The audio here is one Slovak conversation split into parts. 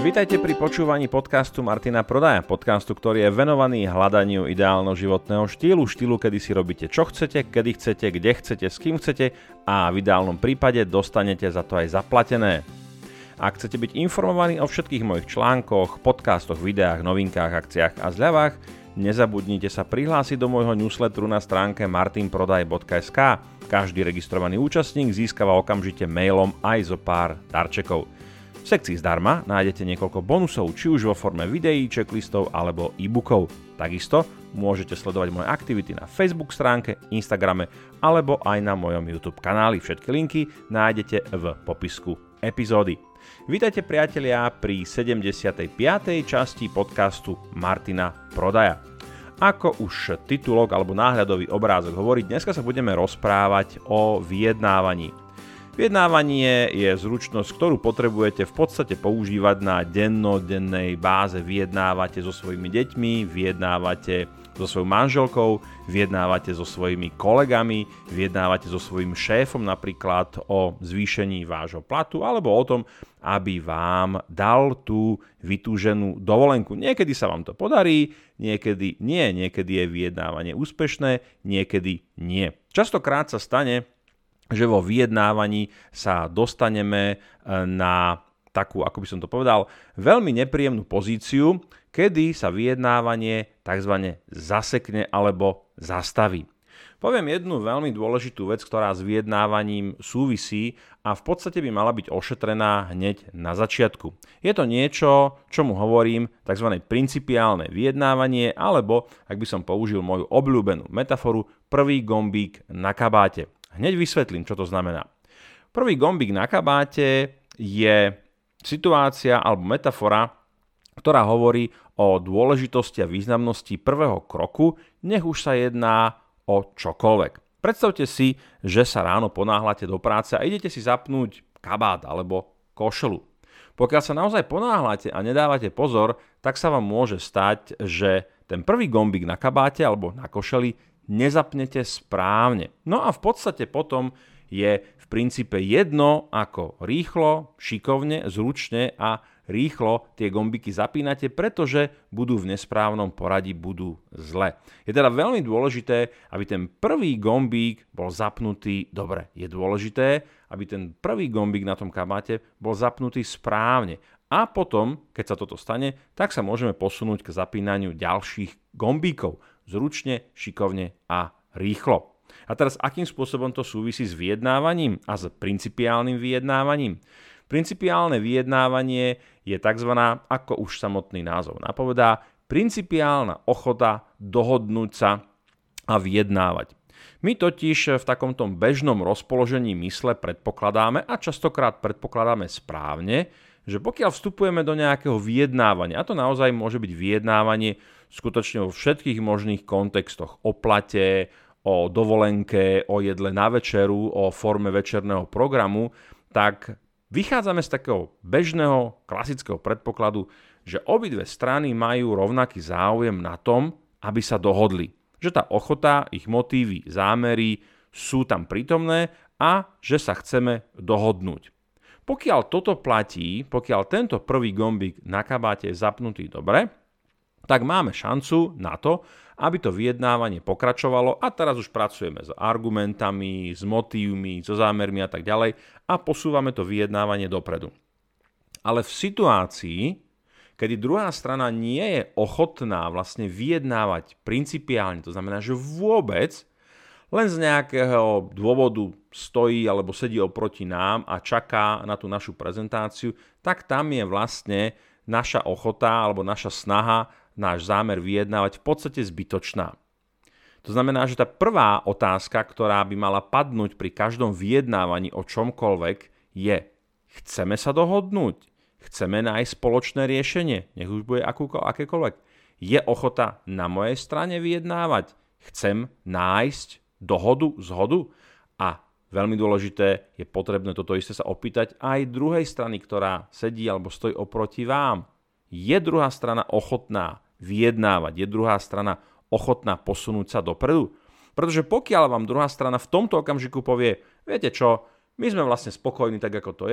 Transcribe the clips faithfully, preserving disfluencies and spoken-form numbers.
Vítajte pri počúvaní podcastu Martina Prodaja, podcastu, ktorý je venovaný hľadaniu ideálneho životného štýlu, štýlu, kedy si robíte čo chcete, kedy chcete, kde chcete, s kým chcete a v ideálnom prípade dostanete za to aj zaplatené. Ak chcete byť informovaní o všetkých mojich článkoch, podcastoch, videách, novinkách, akciách a zľavách, nezabudnite sa prihlásiť do môjho newsletteru na stránke martin prodaj bodka es ká. Každý registrovaný účastník získava okamžite mailom aj zo pár darčekov. V sekcii zdarma nájdete niekoľko bonusov, či už vo forme videí, checklistov alebo e-bookov. Takisto môžete sledovať moje aktivity na Facebook stránke, Instagrame alebo aj na mojom YouTube kanáli. Všetky linky nájdete v popisku epizódy. Vítajte priatelia pri sedemdesiatej piatej časti podcastu Martina Prodaja. Ako už titulok alebo náhľadový obrázok hovorí, dneska sa budeme rozprávať o vyjednávaní. Vyjednávanie je zručnosť, ktorú potrebujete v podstate používať na dennodennej báze. Vyjednávate so svojimi deťmi, vyjednávate so svojou manželkou, vyjednávate so svojimi kolegami, vyjednávate so svojím šéfom napríklad o zvýšení vášho platu alebo o tom, aby vám dal tú vytúženú dovolenku. Niekedy sa vám to podarí, niekedy nie, niekedy je vyjednávanie úspešné, niekedy nie. Častokrát sa stane, že vo vyjednávaní sa dostaneme na takú, ako by som to povedal, veľmi nepríjemnú pozíciu, kedy sa vyjednávanie tzv. Zasekne alebo zastaví. Poviem jednu veľmi dôležitú vec, ktorá s vyjednávaním súvisí a v podstate by mala byť ošetrená hneď na začiatku. Je to niečo, čomu hovorím tzv. Principiálne vyjednávanie, alebo, ak by som použil moju obľúbenú metaforu, prvý gombík na kabáte. Hneď vysvetlím, čo to znamená. Prvý gombík na kabáte je situácia alebo metafora, ktorá hovorí o dôležitosti a významnosti prvého kroku, nech už sa jedná o čokoľvek. Predstavte si, že sa ráno ponáhľate do práce a idete si zapnúť kabát alebo košelu. Pokiaľ sa naozaj ponáhľate a nedávate pozor, tak sa vám môže stať, že ten prvý gombík na kabáte alebo na košeli nezapnete správne. No a v podstate potom je v princípe jedno, ako rýchlo, šikovne, zručne a rýchlo tie gombiky zapínate, pretože budú v nesprávnom poradí, budú zle. Je teda veľmi dôležité, aby ten prvý gombík bol zapnutý dobre. Je dôležité, aby ten prvý gombík na tom kabáte bol zapnutý správne. A potom, keď sa toto stane, tak sa môžeme posunúť k zapínaniu ďalších gombíkov. Zručne, šikovne a rýchlo. A teraz, akým spôsobom to súvisí s vyjednávaním a s principiálnym vyjednávaním? Principiálne vyjednávanie je tzv., ako už samotný názov napovedá, principiálna ochota dohodnúť sa a vyjednávať. My totiž v takomto bežnom rozpoložení mysle predpokladáme a častokrát predpokladáme správne, že pokiaľ vstupujeme do nejakého vyjednávania, a to naozaj môže byť vyjednávanie skutočne vo všetkých možných kontextoch, o plate, o dovolenke, o jedle na večeru, o forme večerného programu, tak vychádzame z takého bežného, klasického predpokladu, že obidve strany majú rovnaký záujem na tom, aby sa dohodli. Že tá ochota, ich motívy, zámery sú tam prítomné a že sa chceme dohodnúť. Pokiaľ toto platí, pokiaľ tento prvý gombík na kabáte je zapnutý dobre, tak máme šancu na to, aby to vyjednávanie pokračovalo a teraz už pracujeme s argumentami, s motívmi, so zámermi a tak ďalej a posúvame to vyjednávanie dopredu. Ale v situácii, kedy druhá strana nie je ochotná vlastne vyjednávať principiálne, to znamená, že vôbec len z nejakého dôvodu stojí alebo sedí oproti nám a čaká na tú našu prezentáciu, tak tam je vlastne naša ochota alebo naša snaha, náš zámer vyjednávať v podstate zbytočná. To znamená, že tá prvá otázka, ktorá by mala padnúť pri každom vyjednávaní o čomkoľvek, je: chceme sa dohodnúť? Chceme nájsť spoločné riešenie? Nech už bude akékoľvek. Je ochota na mojej strane vyjednávať? Chcem nájsť dohodu, zhodu? A veľmi dôležité, je potrebné toto isté sa opýtať aj druhej strany, ktorá sedí alebo stojí oproti vám. Je druhá strana ochotná vyjednávať? Je druhá strana ochotná posunúť sa dopredu? Pretože pokiaľ vám druhá strana v tomto okamžiku povie: viete čo, my sme vlastne spokojní tak, ako to je,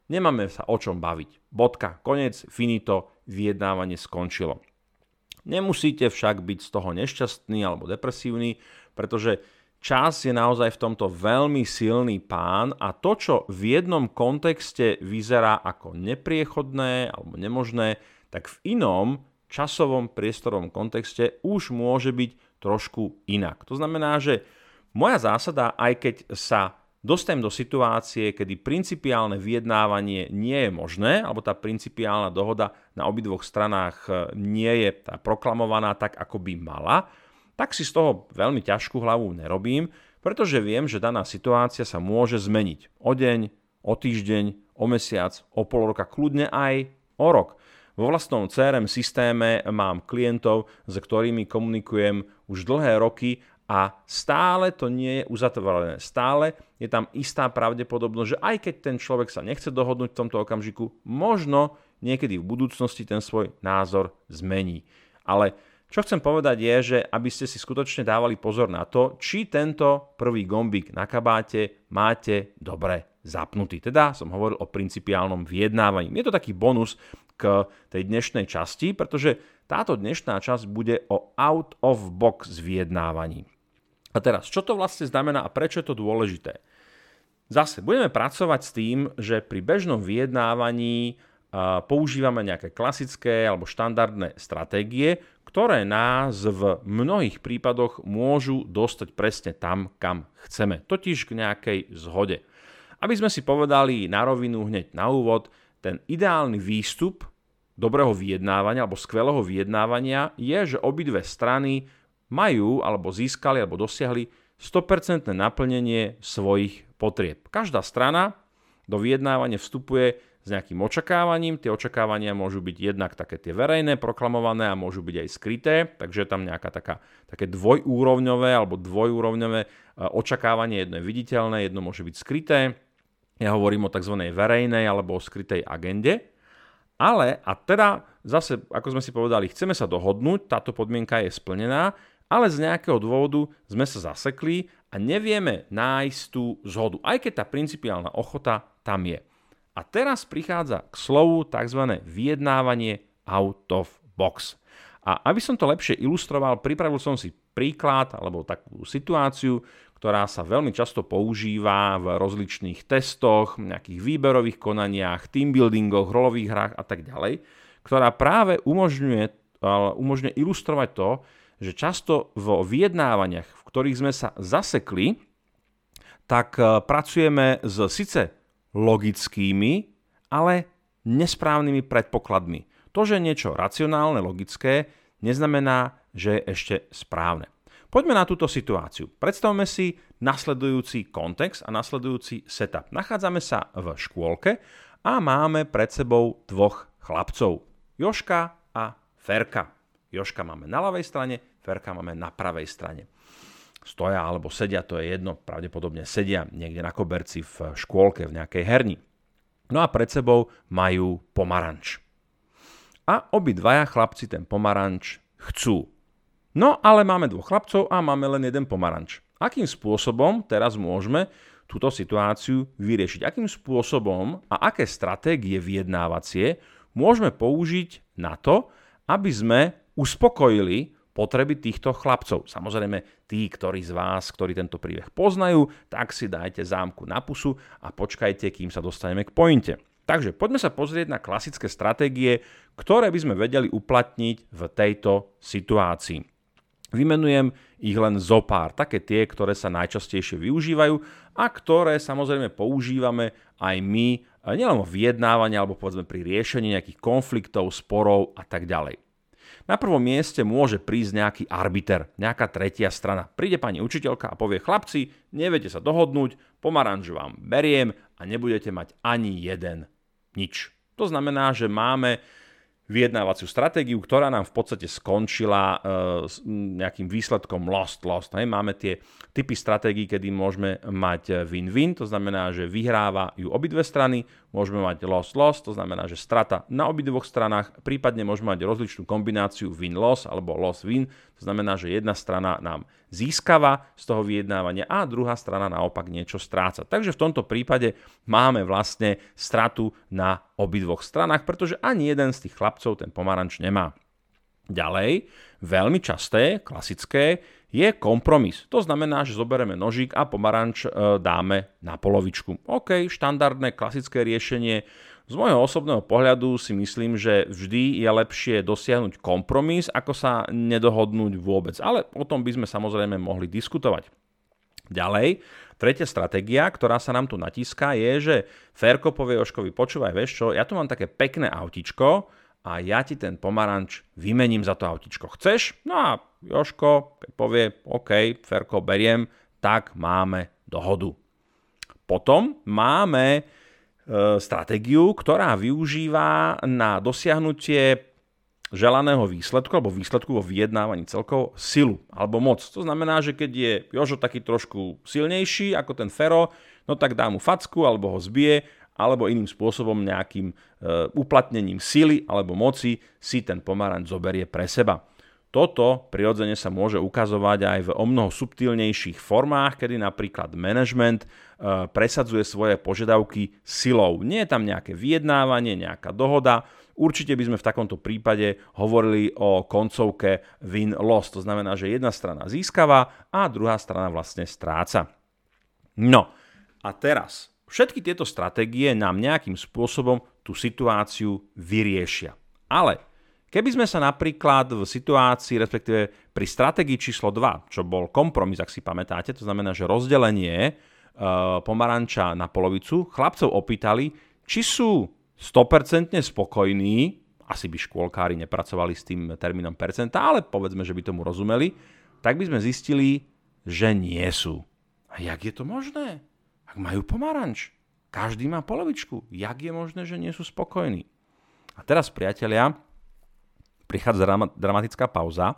nemáme sa o čom baviť. Bodka, koniec, finito, vyjednávanie skončilo. Nemusíte však byť z toho nešťastný alebo depresívny, pretože čas je naozaj v tomto veľmi silný pán a to, čo v jednom kontexte vyzerá ako nepriechodné alebo nemožné, tak v inom časovom priestorovom kontexte už môže byť trošku inak. To znamená, že moja zásada, aj keď sa dostanem do situácie, kedy principiálne vyjednávanie nie je možné, alebo tá principiálna dohoda na obidvoch stranách nie je tá proklamovaná tak, ako by mala, tak si z toho veľmi ťažkú hlavu nerobím, pretože viem, že daná situácia sa môže zmeniť o deň, o týždeň, o mesiac, o pol roka, kľudne aj o rok. Vo vlastnom cé er em systéme mám klientov, s ktorými komunikujem už dlhé roky a stále to nie je uzatvorené. Stále je tam istá pravdepodobnosť, že aj keď ten človek sa nechce dohodnúť v tomto okamžiku, možno niekedy v budúcnosti ten svoj názor zmení. Ale čo chcem povedať je, že aby ste si skutočne dávali pozor na to, či tento prvý gombík na kabáte máte dobre zapnutý. Teda som hovoril o principiálnom vyjednávaní. Je to taký bonus k tej dnešnej časti, pretože táto dnešná časť bude o out of box vyjednávaní. A teraz, čo to vlastne znamená a prečo je to dôležité? Zase, budeme pracovať s tým, že pri bežnom vyjednávaní uh, používame nejaké klasické alebo štandardné stratégie, ktoré nás v mnohých prípadoch môžu dostať presne tam, kam chceme, totiž k nejakej zhode. Aby sme si povedali na rovinu hneď na úvod, ten ideálny výstup dobrého vyjednávania alebo skvelého vyjednávania je, že obidve strany majú alebo získali alebo dosiahli sto percent naplnenie svojich potrieb. Každá strana do vyjednávania vstupuje s nejakým očakávaním. Tie očakávania môžu byť jednak také tie verejné, proklamované a môžu byť aj skryté, takže je tam nejaká taká, také dvojúrovňové alebo dvojúrovňové očakávanie. Jedno je viditeľné, jedno môže byť skryté. Ja hovorím o tzv. Verejnej alebo o skrytej agende. Ale, a teda zase, ako sme si povedali, chceme sa dohodnúť, táto podmienka je splnená, ale z nejakého dôvodu sme sa zasekli a nevieme nájsť tú zhodu, aj keď tá principiálna ochota tam je. A teraz prichádza k slovu tzv. Vyjednávanie out of box. A aby som to lepšie ilustroval, pripravil som si príklad alebo takú situáciu, ktorá sa veľmi často používa v rozličných testoch, nejakých výberových konaniach, teambuildingoch, rolových hrách a tak ďalej, ktorá práve umožňuje, umožňuje ilustrovať to, že často vo vyjednávaniach, v ktorých sme sa zasekli, tak pracujeme s síce logickými, ale nesprávnymi predpokladmi. To, že je niečo racionálne, logické, neznamená, že je ešte správne. Poďme na túto situáciu. Predstavme si nasledujúci kontext a nasledujúci setup. Nachádzame sa v škôlke a máme pred sebou dvoch chlapcov. Jožka a Ferka. Jožka máme na ľavej strane, Ferka máme na pravej strane. Stoja alebo sedia, to je jedno, pravdepodobne sedia niekde na koberci v škôlke, v nejakej herni. No a pred sebou majú pomaranč. A obidvaja chlapci ten pomaranč chcú. No ale máme dvoch chlapcov a máme len jeden pomaranč. Akým spôsobom teraz môžeme túto situáciu vyriešiť? Akým spôsobom a aké stratégie vyjednávacie môžeme použiť na to, aby sme uspokojili potreby týchto chlapcov? Samozrejme, tí, ktorí z vás, ktorí tento príbeh poznajú, tak si dajte zámku na pusu a počkajte, kým sa dostaneme k pointe. Takže poďme sa pozrieť na klasické stratégie, ktoré by sme vedeli uplatniť v tejto situácii. Vymenujem ich len zopár, také tie, ktoré sa najčastejšie využívajú a ktoré samozrejme používame aj my, nielen vo vyjednávaní, alebo povedzme pri riešení nejakých konfliktov, sporov a tak ďalej. Na prvom mieste môže prísť nejaký arbiter, nejaká tretia strana. Príde pani učiteľka a povie: chlapci, neviete sa dohodnúť, pomaranč vám beriem a nebudete mať ani jeden nič. To znamená, že máme vyjednávaciu stratégiu, ktorá nám v podstate skončila uh, s nejakým výsledkom lost-lost. Hej. Máme tie typy stratégií, kedy môžeme mať win-win, to znamená, že vyhrávajú obidve strany, môžeme mať lost-lost, to znamená, že strata na obidvoch stranách, prípadne môžeme mať rozličnú kombináciu win-loss alebo loss-win, to znamená, že jedna strana nám získava z toho vyjednávania a druhá strana naopak niečo stráca. Takže v tomto prípade máme vlastne stratu na obidvoch stranách, pretože ani jeden z tých chlapcov ten pomaranč nemá. Ďalej, veľmi časté, klasické, je kompromis. To znamená, že zoberieme nožík a pomaranč e, dáme na polovičku. OK, štandardné, klasické riešenie. Z môjho osobného pohľadu si myslím, že vždy je lepšie dosiahnuť kompromis, ako sa nedohodnúť vôbec. Ale o tom by sme samozrejme mohli diskutovať. Ďalej, tretia stratégia, ktorá sa nám tu natíska, je, že Ferko povie Jožkovi, počúvaj, vieš čo, ja tu mám také pekné autičko a ja ti ten pomaranč vymením za to autičko. Chceš? No a Jožko, keď povie, OK, Ferko, beriem, tak máme dohodu. Potom máme e, stratégiu, ktorá využíva na dosiahnutie želaného výsledku alebo výsledku vo vyjednávaní celkovo silu alebo moc. To znamená, že keď je Jožo taký trošku silnejší ako ten Fero, no tak dá mu facku alebo ho zbije, alebo iným spôsobom nejakým e, uplatnením sily alebo moci si ten pomaranč zoberie pre seba. Toto prirodzene sa môže ukazovať aj v omnoho subtilnejších formách, kedy napríklad management e, presadzuje svoje požiadavky silou. Nie je tam nejaké vyjednávanie, nejaká dohoda. Určite by sme v takomto prípade hovorili o koncovke win-loss. To znamená, že jedna strana získava a druhá strana vlastne stráca. No a teraz, všetky tieto stratégie nám nejakým spôsobom tú situáciu vyriešia. Ale keby sme sa napríklad v situácii, respektíve pri stratégii číslo dva, čo bol kompromis, ak si pamätáte, to znamená, že rozdelenie e, pomaranča na polovicu, chlapcov opýtali, či sú sto percent spokojní, asi by škôlkári nepracovali s tým termínom percenta, ale povedzme, že by tomu rozumeli, tak by sme zistili, že nie sú. A jak je to možné? Ak majú pomaranč, každý má polovičku, jak je možné, že nie sú spokojní? A teraz, priatelia, prichádza dramatická pauza.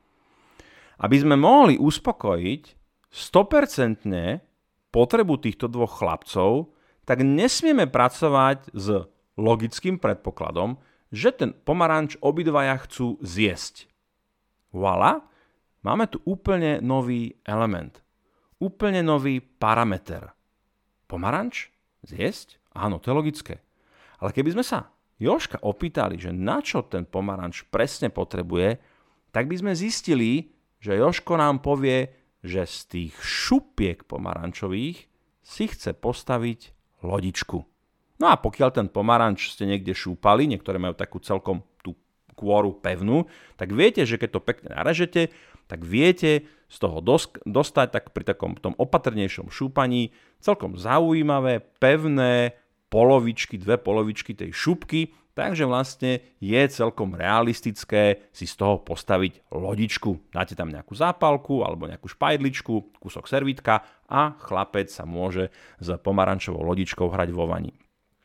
Aby sme mohli uspokojiť sto percent potrebu týchto dvoch chlapcov, tak nesmieme pracovať s logickým predpokladom, že ten pomaranč obidvaja chcú zjesť. Voilà, máme tu úplne nový element. Úplne nový parameter. Pomaranč? Zjesť? Áno, to je logické. Ale keby sme sa Jožka opýtali, že na čo ten pomaranč presne potrebuje, tak by sme zistili, že Jožko nám povie, že z tých šupiek pomarančových si chce postaviť lodičku. No a pokiaľ ten pomaranč ste niekde šúpali, niektoré majú takú celkom tú kôru pevnú, tak viete, že keď to pekne narežete, tak viete z toho dosk- dostať tak pri takom tom opatrnejšom šúpaní celkom zaujímavé, pevné polovičky, dve polovičky tej šupky, takže vlastne je celkom realistické si z toho postaviť lodičku. Dáte tam nejakú zápalku alebo nejakú špajdličku, kúsok servítka a chlapec sa môže s pomarančovou lodičkou hrať vo vani.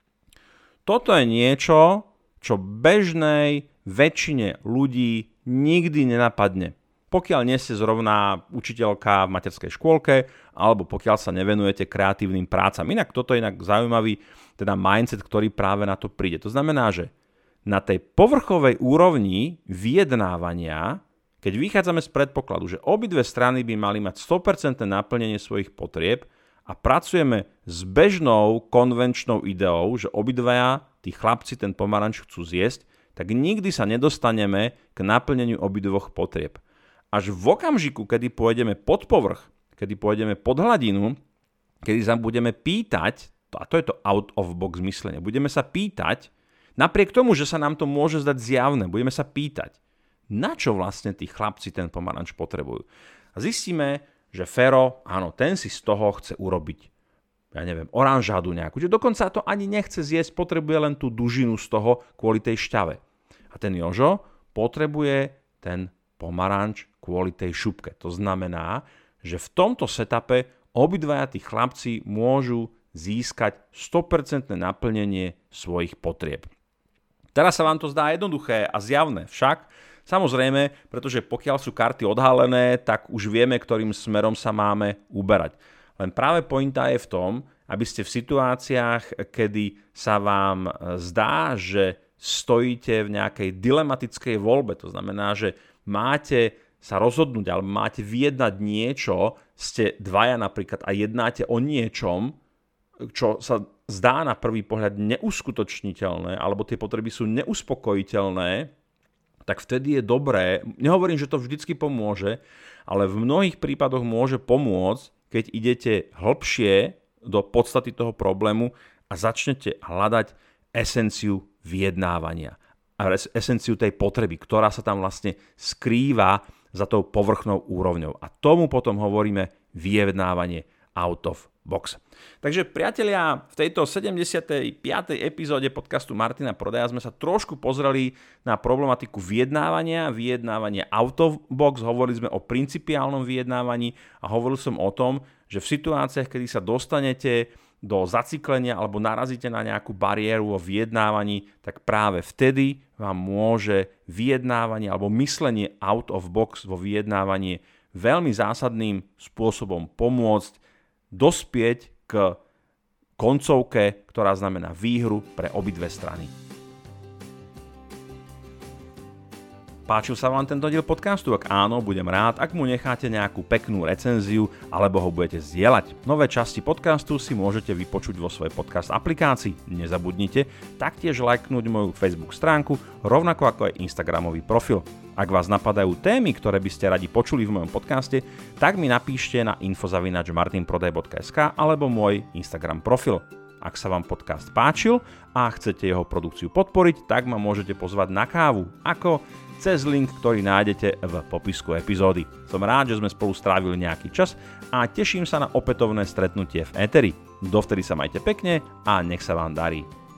Toto je niečo, čo bežnej väčšine ľudí nikdy nenapadne. Pokiaľ nie ste zrovna učiteľka v materskej škôlke, alebo pokiaľ sa nevenujete kreatívnym prácam. Inak toto je inak zaujímavý teda mindset, ktorý práve na to príde. To znamená, že na tej povrchovej úrovni vyjednávania, keď vychádzame z predpokladu, že obidve strany by mali mať sto percent naplnenie svojich potrieb a pracujeme s bežnou konvenčnou ideou, že obidvaja tí chlapci ten pomaranč chcú zjesť, tak nikdy sa nedostaneme k naplneniu obidvoch potrieb. Až v okamžiku, kedy pôjdeme pod povrch, kedy pôjdeme pod hladinu, kedy sa budeme pýtať, a to je to out of box myslenie, budeme sa pýtať, napriek tomu, že sa nám to môže zdať zjavné, budeme sa pýtať, na čo vlastne tí chlapci ten pomaranč potrebujú. A zistíme, že Fero, áno, ten si z toho chce urobiť, ja neviem, oranžádu nejakú, že dokonca to ani nechce zjesť, potrebuje len tú dužinu z toho kvôli tej šťave. A ten Jožo potrebuje ten pomaranč kvôli tej šupke. To znamená, že v tomto setupe obidvaja tí chlapci môžu získať sto percent naplnenie svojich potrieb. Teraz sa vám to zdá jednoduché a zjavné, však samozrejme, pretože pokiaľ sú karty odhalené, tak už vieme, ktorým smerom sa máme uberať. Len práve pointa je v tom, aby ste v situáciách, kedy sa vám zdá, že stojíte v nejakej dilematickej voľbe, to znamená, že máte sa rozhodnúť, alebo máte vyjednať niečo, ste dvaja napríklad a jednáte o niečom, čo sa zdá na prvý pohľad neuskutočniteľné, alebo tie potreby sú neuspokojiteľné, tak vtedy je dobré, nehovorím, že to vždycky pomôže, ale v mnohých prípadoch môže pomôcť, keď idete hlbšie do podstaty toho problému a začnete hľadať esenciu vyjednávania a esenciu tej potreby, ktorá sa tam vlastne skrýva za tou povrchnou úrovňou. A tomu potom hovoríme vyjednávanie out of box. Takže priatelia, v tejto sedemdesiatej piatej epizóde podcastu Martina Prodaja sme sa trošku pozreli na problematiku vyjednávania, vyjednávania out of box, hovorili sme o principiálnom vyjednávaní a hovoril som o tom, že v situáciách, kedy sa dostanete do zaciklenia alebo narazíte na nejakú bariéru o vyjednávaní, tak práve vtedy vám môže vyjednávanie alebo myslenie out of box vo vyjednávaní veľmi zásadným spôsobom pomôcť dospieť k koncovke, ktorá znamená výhru pre obidve strany. Páčil sa vám tento diel podcastu? Ak áno, budem rád, ak mu necháte nejakú peknú recenziu alebo ho budete zdieľať. Nové časti podcastu si môžete vypočuť vo svojej podcast aplikácii. Nezabudnite taktiež lajknúť moju Facebook stránku, rovnako ako aj Instagramový profil. Ak vás napadajú témy, ktoré by ste radi počuli v mojom podcaste, tak mi napíšte na info zavináč martin prodaj bodka es ká alebo môj Instagram profil. Ak sa vám podcast páčil a chcete jeho produkciu podporiť, tak ma môžete pozvať na kávu. Ako? Cez link, ktorý nájdete v popisku epizódy. Som rád, že sme spolu strávili nejaký čas a teším sa na opätovné stretnutie v éteri. Dovtedy sa majte pekne a nech sa vám darí.